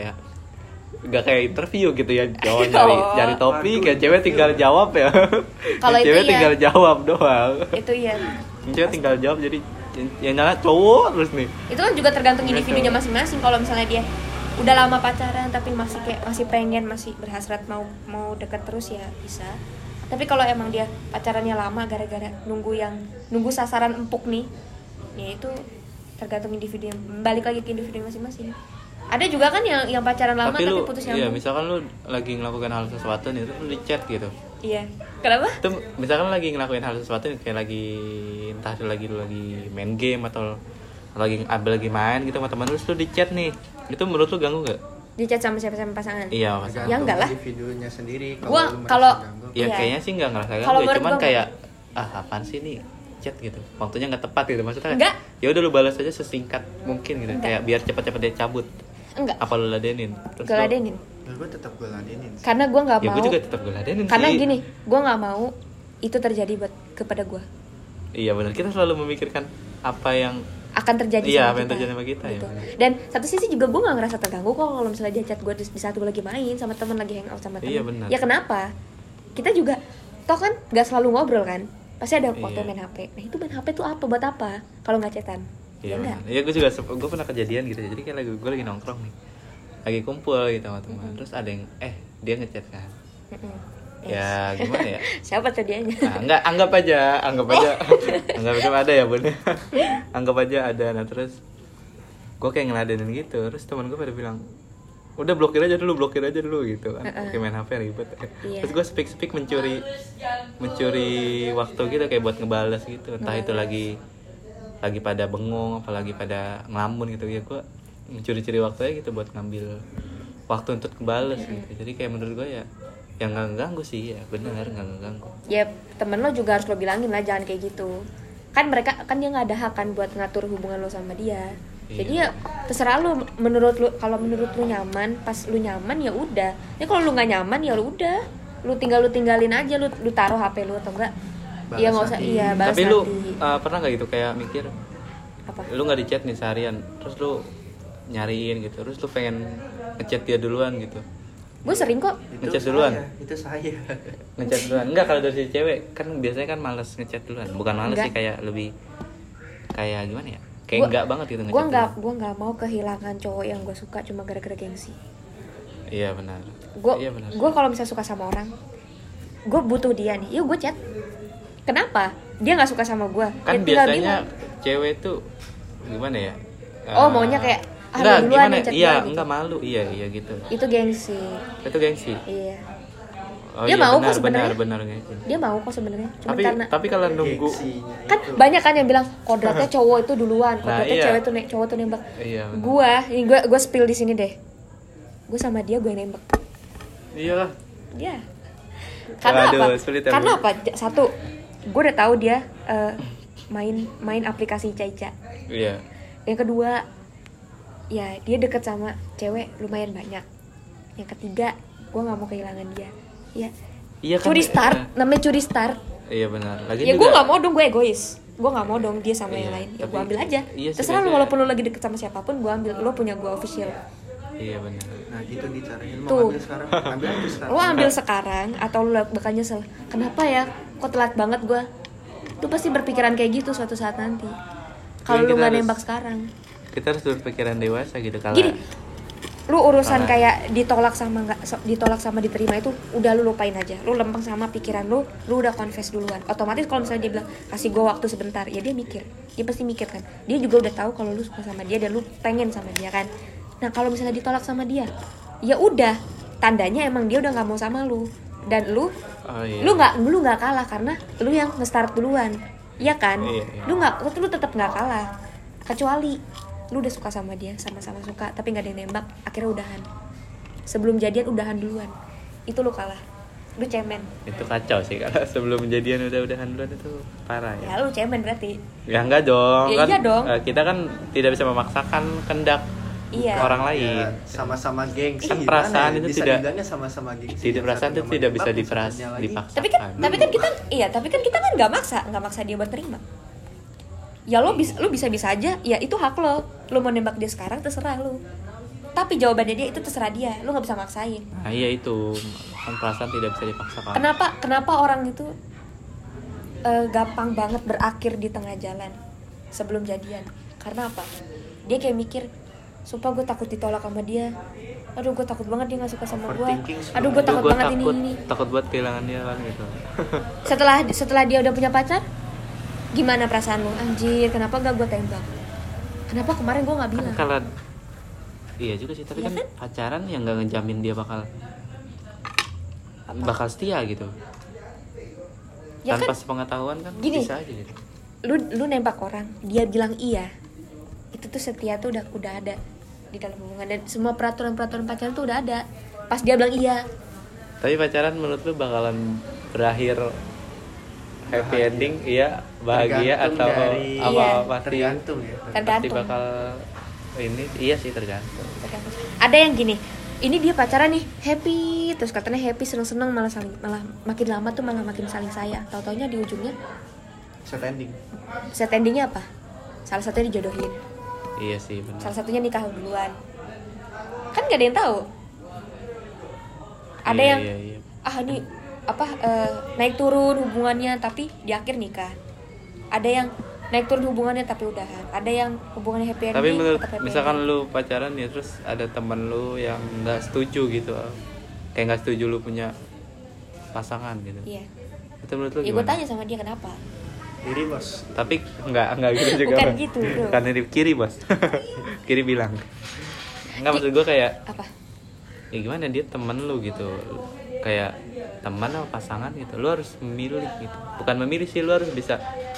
kayak interview gitu ya, cowok nyari topik, ya cewek tinggal jawab ya. Kalau cewek tinggal jawab doang. Itu iya. Cewek tinggal jawab, jadi yang nyala cowok terus nih. Itu kan juga tergantung individunya masing-masing. Kalau misalnya dia udah lama pacaran tapi masih pengen, masih berhasrat mau dekat terus ya bisa. Tapi kalau emang dia pacarannya lama gara-gara nunggu sasaran empuk nih, ya itu tergantung individu, balik lagi ke individu masing-masing. Ada juga kan yang pacaran lama tapi putus nyambung. Iya, misalkan lu lagi ngelakukan hal sesuatu nih, terus lu di chat gitu. Iya. Kenapa? Itu misalkan lagi ngelakuin hal sesuatu kayak entah lu lagi main game atau lagi main gitu sama teman, terus lu di chat nih. Itu menurut lu ganggu enggak? Di chat sama siapa pasangan? Iya, pasangan. Ya enggak lah. Individunya sendiri kalau kayaknya sih enggak ngerasa ganggu, cuman kayak apaan sih nih chat gitu. Waktunya enggak tepat gitu maksudnya. Enggak. Ya udah lu balas aja sesingkat mungkin gitu. Kayak biar cepat-cepat dia cabut. Enggak. Apa lu ladenin? Gue ladenin. Gue tetap gue ladenin. Karena gue nggak mau. Ya gue juga tetap gue ladenin. Karena gini, gue nggak mau itu terjadi kepada gue. Iya benar. Kita selalu memikirkan apa yang akan terjadi sama kita. Terjadi sama kita gitu. Ya. Dan satu sisi juga gue nggak ngerasa terganggu kok kalau misalnya dia chat gue di saat gue lagi main sama teman, lagi hangout sama teman. Iya, benar. Ya kenapa? Kita juga toh kan nggak selalu ngobrol kan. Pasti ada foto main HP. Nah itu main HP tuh apa? Buat apa? Kalau nggak chatan? Iya enggak. Iya gue pernah kejadian gitu. Jadi kayak gue lagi nongkrong nih, lagi kumpul gitu sama teman. Terus ada yang dia ngechat kan. Ya gimana ya? Siapa tuh dianya? Nah, anggap aja ada ya bun. Anggap aja ada. Nah terus gue kayak ngeladenin gitu. Terus teman gue pada bilang udah blokir aja dulu gitu kan. Kayak main HP ribet. Terus gue speak mencuri waktu gitu kayak buat ngebales gitu. Entah itu lagi pada bengong apalagi pada ngelamun gitu ya, gue mencuri waktu aja gitu buat ngambil waktu untuk ngebales gitu. Jadi kayak menurut gue ya yang nggak ngeganggu sih, ya benar nggak ngeganggu. Ya temen lo juga harus lo bilangin lah jangan kayak gitu. Kan dia nggak ada hak kan buat ngatur hubungan lo sama dia. Jadi ya terserah lu, kalau menurut lu nyaman, pas lu nyaman ya udah. Ya kalau lu nggak nyaman ya lu udah, lu tinggalin aja, lu taruh HP lu atau enggak. Iya nggak usah, iya balas. Tapi lu pernah nggak gitu kayak mikir apa? Lu nggak di chat nih seharian, terus lu nyariin gitu, terus lu pengen ngechat dia duluan gitu. Gue sering kok ngechat duluan. Itu saya. Ngechat duluan. Enggak, kalau dari si cewek kan biasanya kan malas ngechat duluan. Bukan malas sih, kayak lebih kayak gimana ya? Kayak enggak banget gitu ngechat. Gue nggak mau kehilangan cowok yang gue suka cuma gara-gara gengsi. Iya benar. Gue kalau misalnya suka sama orang, gue butuh dia nih, yuk gue chat. Kenapa? Dia nggak suka sama gue? Kan ya, biasanya cewek tuh gimana ya? Maunya kayak enggak duluan gimana? Chat iya, gitu. Enggak malu. Iya gitu. Itu gengsi. Iya. Oh, Dia iya, mau kok sebenarnya. Benar. Dia mau kok sebenarnya. Tapi kalau nunggu kan banyak kan yang bilang kodratnya cowok itu duluan, kodratnya cewek tuh cowok tuh nembak. Iya. Gue spill di sini deh. Gue sama dia gue nembak. Iyalah. Iya. Karena apa? Karena apa? Satu, gue udah tahu dia main aplikasi Ica. Iya. Yang kedua, ya dia deket sama cewek lumayan banyak. Yang ketiga, gue nggak mau kehilangan dia. Iya kan, curi start, namanya curi start. Iya benar. Lagi ya gue nggak mau dong, gue egois. Gue nggak mau dong dia sama yang lain. Ya gue ambil aja. Terserah lo, walaupun lo lagi deket sama siapapun, gue ambil. Lo punya gue official. Iya benar. Nah gitu dicarain. Mau ambil sekarang, ambil sekarang. Lo ambil sekarang atau lo bakal nyesel. Kenapa ya? Kok telat banget gue? Lo pasti berpikiran kayak gitu suatu saat nanti. Kalau lo nggak nembak sekarang. Kita harus berpikiran dewasa gitu kalau. Gini, lu urusan kayak ditolak sama diterima itu udah lu lupain aja. Lu lempeng sama pikiran lu udah confess duluan. Otomatis kalau misalnya dia bilang kasih gue waktu sebentar, ya dia mikir. Dia pasti mikir kan. Dia juga udah tahu kalau lu suka sama dia dan lu pengen sama dia kan. Nah, kalau misalnya ditolak sama dia, ya udah, tandanya emang dia udah enggak mau sama lu. Dan lu lu nggak kalah karena lu yang nge-start duluan. Iya kan? Iya. Lu tetap nggak kalah. Kecuali lu udah suka sama dia, sama-sama suka tapi nggak ada yang nembak, akhirnya udahan. Sebelum jadian udahan duluan, itu lu kalah, lu cemen. Itu kacau sih kalau sebelum jadian udahan duluan, itu parah ya. Ya lu cemen berarti. Ya enggak dong. Ya, kan, iya dong. Kita kan tidak bisa memaksakan kehendak orang lain. Sama-sama gengsi. Kan perasaan itu tidak. Sama-sama gengsi. Tidak, perasaan itu tidak bisa dipaksakan. Tapi kan kita kan nggak maksa dia buat terima. Ya lu bisa aja, ya itu hak lo mau nembak dia sekarang terserah lu, tapi jawabannya dia itu terserah dia, lu nggak bisa maksain. Nah iya, itu kan perasaan tidak bisa dipaksakan. Kenapa orang itu gampang banget berakhir di tengah jalan sebelum jadian? Karena apa? Dia kayak mikir, sumpah gue takut ditolak sama dia, aduh gue takut banget dia nggak suka sama gue, aduh gue takut banget ini takut buat kehilangan dia kan gitu. setelah dia udah punya pacar, gimana perasaan lu? Anjir, kenapa gak gue tembak? Kenapa kemarin gue gak bilang? Kan iya juga sih, tapi kan pacaran yang gak ngejamin dia bakal setia gitu. Ya tanpa kan, sepengetahuan kan gini, bisa aja gitu. Lu nembak orang, dia bilang iya, itu tuh setia tuh udah ada di dalam hubungan. Dan semua peraturan pacaran tuh udah ada pas dia bilang iya. Tapi pacaran menurut lu bakalan berakhir happy ending, iya, bahagia atau tergantung ya. Pasti bakal ini, iya sih tergantung. Ada yang gini, ini dia pacaran nih happy, terus katanya happy seneng malah makin lama tuh malah makin saling sayang. Tahu-taunya di ujungnya set endingnya apa? Salah satunya dijodohin. Iya sih benar. Salah satunya nikah duluan. Kan gak ada yang tahu. Ada yang ini naik turun hubungannya tapi di akhir nikah. Ada yang naik turun hubungannya tapi udahan. Ada yang hubungannya happy ending. Tapi menurut misalkan lu pacaran ya, terus ada teman lu yang nggak setuju gitu, kayak nggak setuju lu punya pasangan gitu. Iya. Itu menurut lu gimana? Gue tanya sama dia kenapa. Kiri bos. Tapi nggak gitu juga. Bukan gitu bro. Bukan kiri bos. kiri bilang. Enggak, maksud gue kayak apa? Ya gimana, dia temen lu gitu, kayak teman atau pasangan gitu, lu harus memilih gitu. Bukan memilih sih, lu harus bisa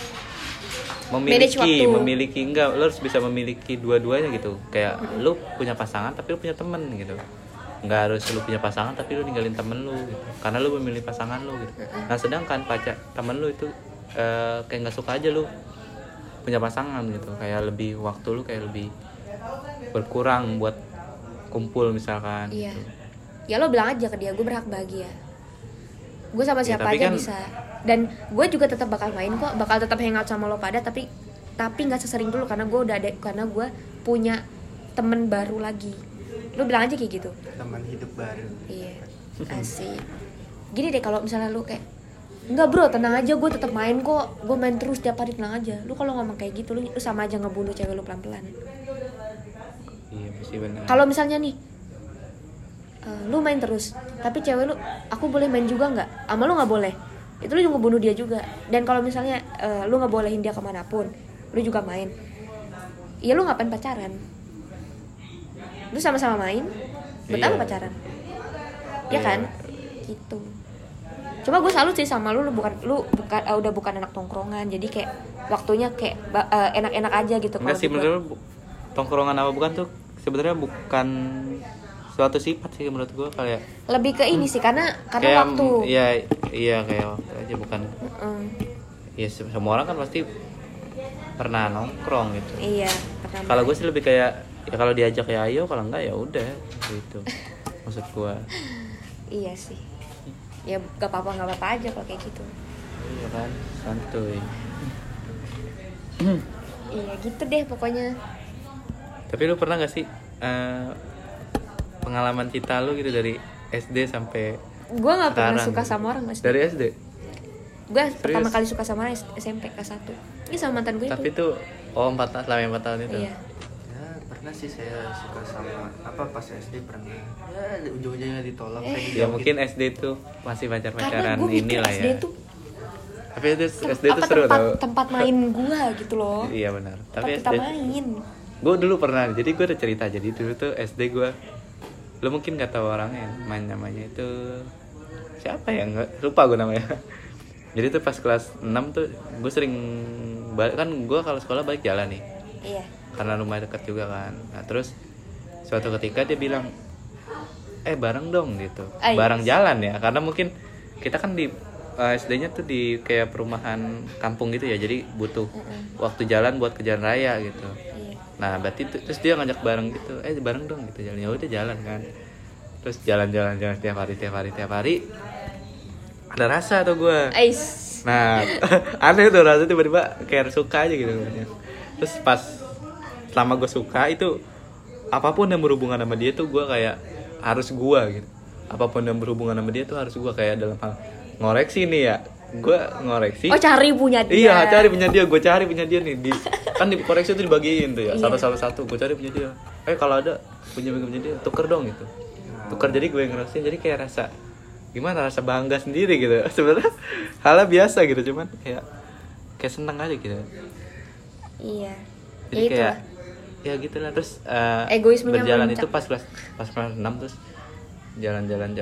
memiliki enggak, lu harus bisa memiliki dua-duanya gitu. Kayak lu punya pasangan tapi lu punya temen gitu. Enggak harus lu punya pasangan tapi lu ninggalin temen lu gitu, karena lu memilih pasangan lu gitu. Nah sedangkan temen lu itu kayak nggak suka aja lu punya pasangan gitu, kayak lebih waktu lu kayak lebih berkurang buat kumpul misalkan. Iya. Gitu. Ya lo bilang aja ke dia, gue berhak bahagia. Gue sama siapa aja kan, bisa. Dan gue juga tetap bakal main kok, bakal tetap hangout sama lo pada, tapi nggak sesering dulu karena gue punya temen baru lagi. Lo bilang aja kayak gitu. Teman hidup baru. Iya. Asik. Gini deh, kalau misalnya lo kayak enggak bro, tenang aja, gue tetap main kok, gue main terus tiap hari, tenang aja. Lu kalau ngomong kayak gitu, lu sama aja ngebunuh cewek lu pelan-pelan. Iya pasti benar. Kalau misalnya nih, lu main terus, tapi cewek lu, aku boleh main juga nggak? Sama lu nggak boleh, itu lu juga bunuh dia juga. Dan kalau misalnya lu nggak bolehin dia kemanapun, lu juga main, ya lu ngapain pacaran? Lu sama-sama main, betah lu pacaran, ya kan? Gitu. Coba gue salut sih sama lu udah bukan anak tongkrongan, jadi kayak waktunya kayak enak-enak aja gitu. Nggak sih, menurut tongkrongan apa bukan tuh sebenarnya bukan suatu sifat sih menurut gue, kayak lebih ke ini sih, karena kayak, waktu. Iya kayak waktu aja, bukan. Ya semua orang kan pasti pernah nongkrong gitu. Iya, pernah. Kalau gue sih lebih kayak ya kalau diajak ya ayo, kalau enggak ya udah gitu. Maksud gue. Iya sih. Ya gak apa-apa aja kalau kayak gitu. Iya kan, santuy. Iya gitu deh pokoknya. Tapi lu pernah gak sih pengalaman cinta lu gitu dari SD sampai gue gak pernah sekarang, suka gitu? sama orang, Mas. Dari SD? Gue pertama kali suka sama SMP kelas 1. Ini sama mantan gue. Tapi itu. Selama 4 tahun itu. Iya. Ya pernah sih saya suka sama pas SD pernah. Ya ujung-ujungnya ditolak. Ya mungkin SD tuh masih pacaran inilah ya. SD tuh, tapi SD tuh seru tau. Tempat main gue gitu loh. Iya benar. Tapi kita SD main. Gue dulu pernah, jadi gue ada cerita. Jadi dulu tuh SD gue, lo mungkin gak tahu orangnya, namanya itu siapa ya, nggak lupa gue namanya. Jadi tuh pas kelas 6 tuh gue sering kan gue kalau sekolah balik jalan nih. Iya. Karena rumah dekat juga kan. Nah terus suatu ketika dia bilang, bareng dong gitu. Bareng jalan ya, karena mungkin kita kan di SD-nya tuh di kayak perumahan kampung gitu ya, jadi butuh waktu jalan buat ke jalan raya gitu. Nah berarti terus dia ngajak bareng gitu, bareng dong gitu jalan. Ya udah jalan kan. Terus jalan tiap hari. Ada rasa tuh gue. Nah aneh tuh rasa, tiba-tiba kayak suka aja gitu. Terus pas selama gue suka itu, apapun yang berhubungan sama dia tuh gue kayak harus gue gitu. Apapun yang berhubungan sama dia tuh harus gue, kayak dalam hal ngoreksi nih ya, gue ngoreksi. Oh cari punya dia. Iya cari punya dia, gue cari punya dia nih. Kan di koreksi tuh dibagiin tuh ya, satu, gue cari punya dia. Kalau ada punya dia, tuker dong gitu. Tuker, jadi gue ngereksi, jadi kayak rasa gimana, rasa bangga sendiri gitu. Sebenarnya halnya biasa gitu, cuman kayak seneng aja gitu. Iya. Jadi ya kayak ya gitulah. Terus berjalan itu pas kelas 6 terus jalan.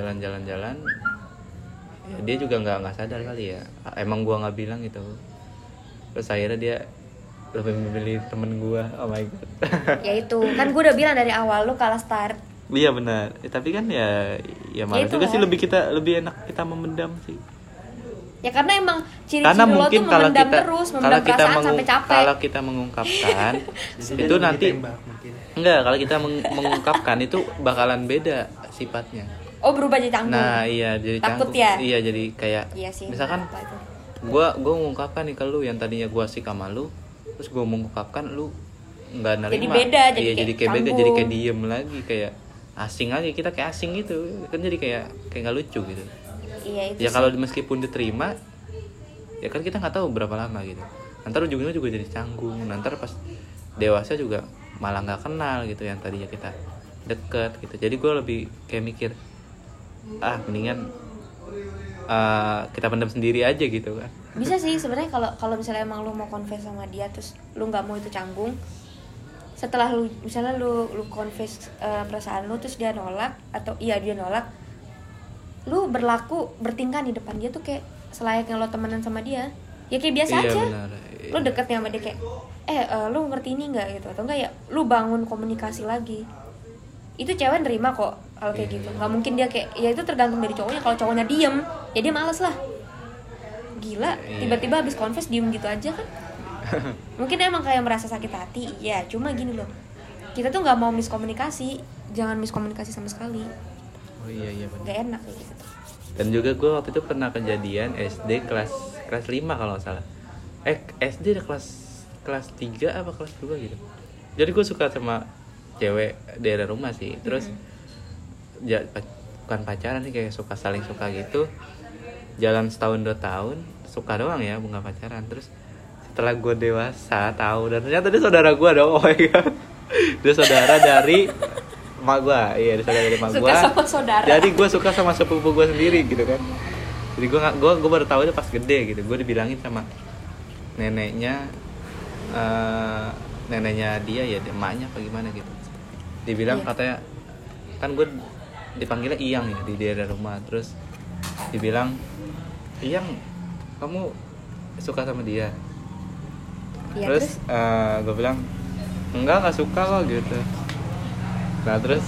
Ya, dia juga nggak sadar kali ya, emang gua nggak bilang gitu. Terus akhirnya dia lebih memilih temen gua. Oh my god. Ya itu kan gua udah bilang dari awal, lu kalah start. Iya benar. Tapi kan ya malah juga sih, lebih enak kita memendam sih. Ya karena emang ciri-ciri lo tuh memendam terus, memendam perasaan sampai capek. Kalau kita mengungkapkan itu nanti enggak, kalau kita mengungkapkan itu bakalan beda sifatnya. Oh berubah jadi canggung. Nah iya, jadi takut canggung. Ya? Iya jadi kayak misalkan gue mengungkapkan nih ke lu yang tadinya gue asik sama lu, terus gue mengungkapkan lu nggak nerima. Jadi beda, jadi kayak beda, jadi kayak diem lagi, kayak asing lagi, kita kayak asing gitu kan, jadi kayak nggak lucu gitu. Iya itu. Ya kalau meskipun diterima, ya kan kita nggak tahu berapa lama gitu. Nanti ujungnya juga jadi canggung. Nanti pas dewasa juga malah nggak kenal gitu yang tadinya kita deket gitu. Jadi gue lebih kayak mikir, mendingan kita pendam sendiri aja gitu kan. Bisa sih sebenarnya, kalau misalnya emang lu mau confess sama dia terus lu nggak mau itu canggung, setelah lu misalnya lu confess perasaan lu terus dia nolak atau dia nolak, lu bertingkah di depan dia tuh kayak selayaknya lo temenan sama dia, ya kayak biasa aja. Benar. Lu deketnya sama dia kayak lu ngerti ini nggak gitu, atau enggak ya lu bangun komunikasi lagi, itu cewek nerima kok kalau kayak gitu. Nggak mungkin dia kayak, ya itu tergantung dari cowoknya. Kalau cowoknya diem ya dia males lah, gila tiba-tiba habis confess diem gitu aja kan. Mungkin emang kayak merasa sakit hati ya, cuma gini loh, kita tuh nggak mau miskomunikasi, jangan miskomunikasi sama sekali. Oh iya benar. Gak enak kayak gitu. Dan juga gue waktu itu pernah kejadian SD kelas 5 kalau nggak salah. SD udah kelas 3 apa kelas 2 gitu. Jadi gue suka sama cewek daerah rumah sih. Terus bukan pacaran sih, kayak saling suka gitu. Jalan setahun 2 tahun, suka doang ya, bukan pacaran. Terus setelah gue dewasa tahu, dan ternyata dia saudara gue dong. Oh my god. Dia saudara dari emak gue. Iya, dia saudara dari emak gue. Suka sama saudara. Jadi gue suka sama sepupu gue sendiri gitu kan. Jadi gue baru tahu itu pas gede gitu. Gue dibilangin sama neneknya dia ya, emaknya apa gimana gitu. Dibilang katanya, kan gue dipanggilnya Iyang ya di daerah rumah. Terus dibilang, Iyang, kamu suka sama dia? Ya, terus gue bilang nggak suka kok gitu. Nah terus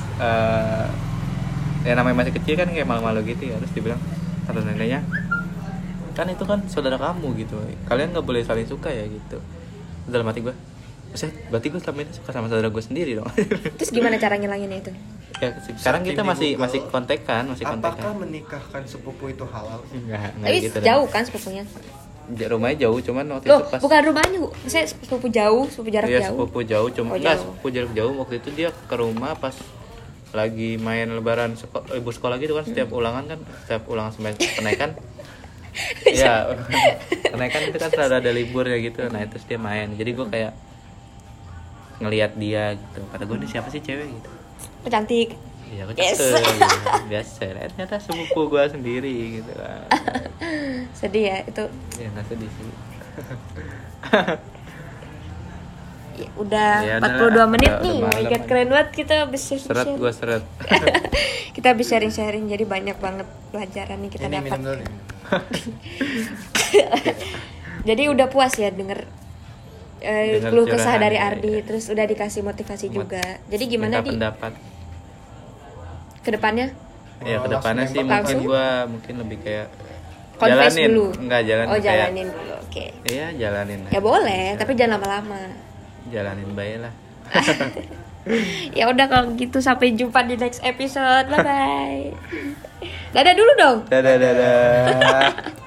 ya namanya masih kecil kan kayak malu-malu gitu ya. Terus dibilang kata neneknya, kan itu kan saudara kamu gitu, kalian nggak boleh saling suka ya gitu. Dalam hati gue, berarti gue selama ini suka sama saudara gue sendiri dong. Terus gimana cara ngilanginnya itu? Ya sekarang kita masih kontekan. Apakah menikahkan sepupu itu halal? Enggak gitu. Jauh kan sepupunya? Rumahnya jauh, cuman waktu itu pas bukan rumahnya, saya sepupu jauh, sepupu jarak jauh. Iya, sepupu jauh, cuma sepupu jarak jauh. Waktu itu dia ke rumah pas lagi main lebaran ibu sekolah gitu kan. Setiap ulangan semester kenaikan. Ya, kenaikan itu kan selalu ada liburnya gitu. Nah, terus dia main. Jadi gue kayak ngelihat dia gitu. Kata gue, ini siapa sih cewek gitu? Cantik. Iya, aku cakep gitu. Biasa, ternyata sepupu gue sendiri gitu kan. Sedih ya itu. Ya nggak sedih sih. Ya, udah 42 menit nih. Oh my god, keren banget kita habis sharing. Seret. Kita habis sharing-sharing, jadi banyak banget pelajaran nih kita dapat. Jadi udah puas ya denger keluh kesah dari Ardi, terus udah dikasih motivasi juga. Jadi gimana di pendapat kedepannya? Ya kedepannya sih mungkin lebih kayak confess jalanin dulu. Jalanin dulu. Oke. Iya, jalanin. Ya boleh, tapi jangan lama-lama. Jalanin baik lah. Ya udah kalau gitu, sampai jumpa di next episode. Bye bye. Dadah dulu dong. Dadah.